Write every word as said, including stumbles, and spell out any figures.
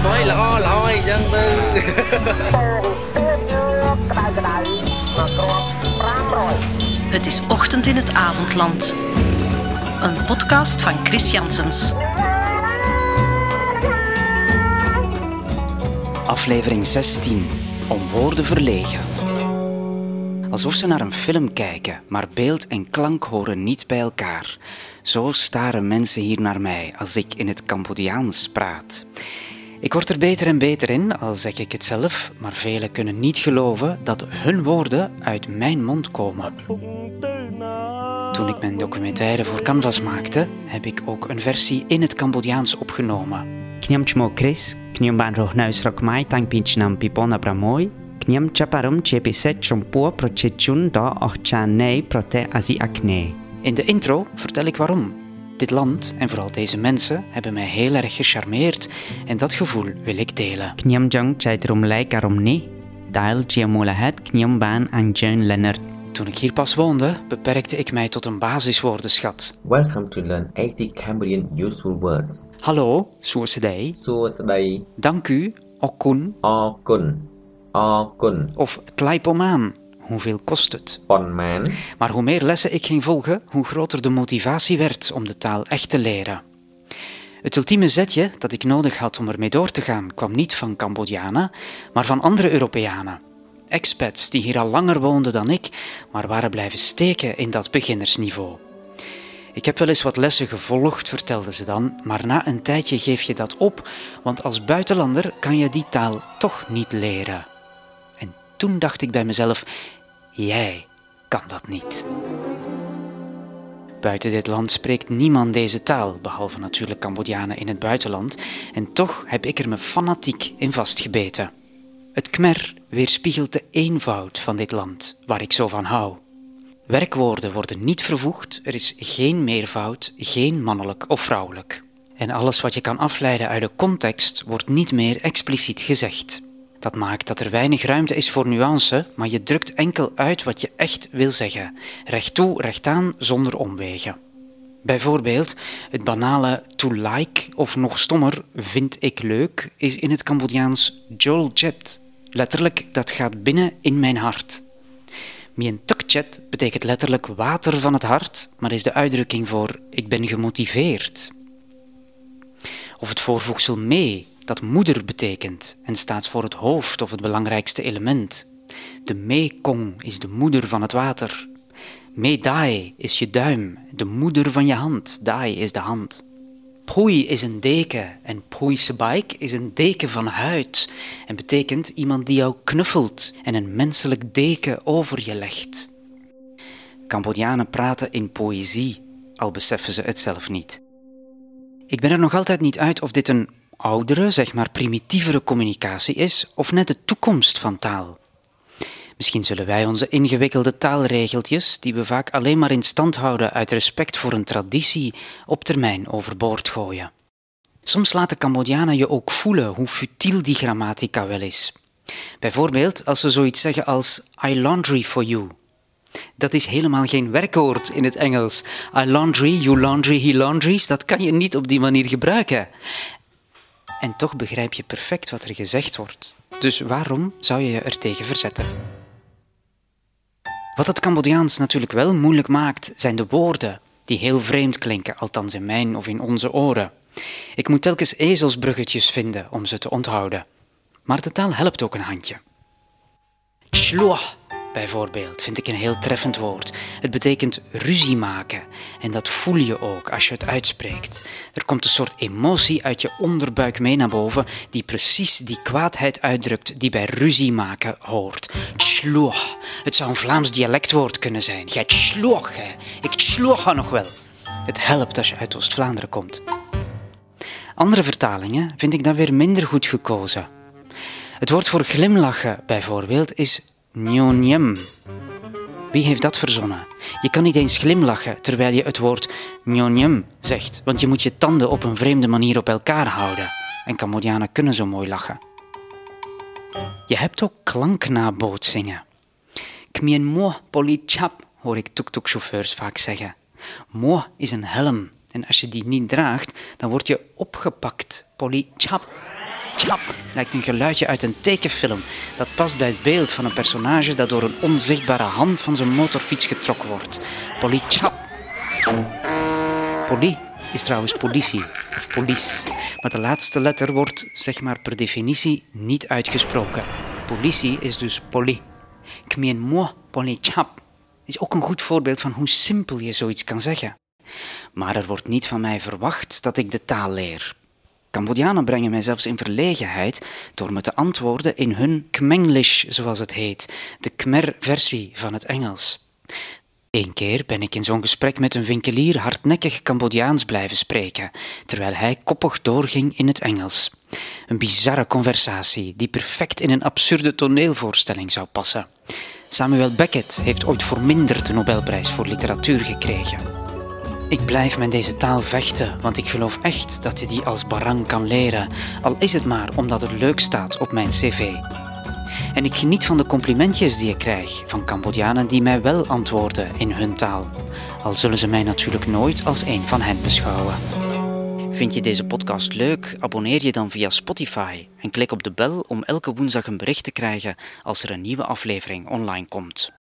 Hoi, hoi, hoi, jang tư. Het is ochtend in het avondland. Een podcast van Chris Janssens. Aflevering zestien. Om woorden verlegen. Alsof ze naar een film kijken, maar beeld en klank horen niet bij elkaar. Zo staren mensen hier naar mij als ik in het Cambodjaans praat. Ik word er beter en beter in, al zeg ik het zelf, maar velen kunnen niet geloven dat hun woorden uit mijn mond komen. Toen ik mijn documentaire voor Canvas maakte, heb ik ook een versie in het Cambodjaans opgenomen. Kniam chmo Chris, kniam ban roh nou srok mai tang pinchnam pipon abramoy, kniam chaparum chepiset chompo prochechun da ochchanei prote azi akne. In de intro vertel ik waarom. Dit land en vooral deze mensen hebben mij heel erg gecharmeerd en dat gevoel wil ik delen. Kniam jang chaitrum like arom ne, dail chiamulahat kniam ban anjeun Leonard. Toen ik hier pas woonde, beperkte ik mij tot een basiswoordenschat. Welcome to learn eighty Cambodian useful words. Hallo, soorsedei. Soorsedei. Dank u, okun. Okun. Okun. Of tleipomaan. Hoeveel kost het? Ponman. Maar hoe meer lessen ik ging volgen, hoe groter de motivatie werd om de taal echt te leren. Het ultieme zetje dat ik nodig had om ermee door te gaan, kwam niet van Cambodjanen, maar van andere Europeanen. Expats die hier al langer woonden dan ik, maar waren blijven steken in dat beginnersniveau. Ik heb wel eens wat lessen gevolgd, vertelden ze dan, maar na een tijdje geef je dat op, want als buitenlander kan je die taal toch niet leren. En toen dacht ik bij mezelf, jij kan dat niet. Buiten dit land spreekt niemand deze taal, behalve natuurlijk Cambodjanen in het buitenland, en toch heb ik er me fanatiek in vastgebeten. Het Khmer weerspiegelt de eenvoud van dit land, waar ik zo van hou. Werkwoorden worden niet vervoegd, er is geen meervoud, geen mannelijk of vrouwelijk. En alles wat je kan afleiden uit de context wordt niet meer expliciet gezegd. Dat maakt dat er weinig ruimte is voor nuance, maar je drukt enkel uit wat je echt wil zeggen. Recht toe, recht aan, zonder omwegen. Bijvoorbeeld, het banale to like, of nog stommer, vind ik leuk, is in het Cambodjaans Jol Jet. Letterlijk, dat gaat binnen in mijn hart. Mien Tuk Chet betekent letterlijk water van het hart, maar is de uitdrukking voor ik ben gemotiveerd. Of het voorvoegsel mee, dat moeder betekent en staat voor het hoofd of het belangrijkste element. De Mekong is de moeder van het water. Me Dai is je duim, de moeder van je hand. Dai is de hand. Pui is een deken en Pui Sebaik is een deken van huid en betekent iemand die jou knuffelt en een menselijk deken over je legt. Cambodjanen praten in poëzie, al beseffen ze het zelf niet. Ik ben er nog altijd niet uit of dit een oudere, zeg maar primitievere communicatie is of net de toekomst van taal. Misschien zullen wij onze ingewikkelde taalregeltjes, die we vaak alleen maar in stand houden uit respect voor een traditie, op termijn overboord gooien. Soms laten Cambodjanen je ook voelen hoe futiel die grammatica wel is. Bijvoorbeeld als ze zoiets zeggen als I laundry for you. Dat is helemaal geen werkwoord in het Engels. I laundry, you laundry, he laundries, dat kan je niet op die manier gebruiken. En toch begrijp je perfect wat er gezegd wordt. Dus waarom zou je je er tegen verzetten? Wat het Cambodjaans natuurlijk wel moeilijk maakt, zijn de woorden, die heel vreemd klinken, althans in mijn of in onze oren. Ik moet telkens ezelsbruggetjes vinden om ze te onthouden. Maar de taal helpt ook een handje. Chloh, bijvoorbeeld, vind ik een heel treffend woord. Het betekent ruzie maken. En dat voel je ook als je het uitspreekt. Er komt een soort emotie uit je onderbuik mee naar boven, die precies die kwaadheid uitdrukt die bij ruzie maken hoort. Chloh. Het zou een Vlaams dialectwoord kunnen zijn. Jij chloh, hè. Ik chloh nog wel. Het helpt als je uit Oost-Vlaanderen komt. Andere vertalingen vind ik dan weer minder goed gekozen. Het woord voor glimlachen, bijvoorbeeld, is Nyonyem. Wie heeft dat verzonnen? Je kan niet eens glimlachen terwijl je het woord Nyonyem zegt, want je moet je tanden op een vreemde manier op elkaar houden. En Cambodjanen kunnen zo mooi lachen. Je hebt ook klanknabootsingen. Kmien mo poli chap, hoor ik tuk-tuk-chauffeurs vaak zeggen. Mo is een helm en als je die niet draagt, dan word je opgepakt. Poli chap. Chap lijkt een geluidje uit een tekenfilm. Dat past bij het beeld van een personage dat door een onzichtbare hand van zijn motorfiets getrokken wordt. Poli Chap. Poli is trouwens politie of police, maar de laatste letter wordt, zeg maar per definitie, niet uitgesproken. Politie is dus poli. Ik meen moi poli Chap is ook een goed voorbeeld van hoe simpel je zoiets kan zeggen. Maar er wordt niet van mij verwacht dat ik de taal leer. Cambodjanen brengen mij zelfs in verlegenheid door me te antwoorden in hun Khmenglish, zoals het heet, de Khmer-versie van het Engels. Eén keer ben ik in zo'n gesprek met een winkelier hardnekkig Cambodjaans blijven spreken, terwijl hij koppig doorging in het Engels. Een bizarre conversatie die perfect in een absurde toneelvoorstelling zou passen. Samuel Beckett heeft ooit voor minder de Nobelprijs voor literatuur gekregen. Ik blijf met deze taal vechten, want ik geloof echt dat je die als barang kan leren, al is het maar omdat het leuk staat op mijn cv. En ik geniet van de complimentjes die ik krijg van Cambodjanen die mij wel antwoorden in hun taal, al zullen ze mij natuurlijk nooit als een van hen beschouwen. Vind je deze podcast leuk? Abonneer je dan via Spotify en klik op de bel om elke woensdag een bericht te krijgen als er een nieuwe aflevering online komt.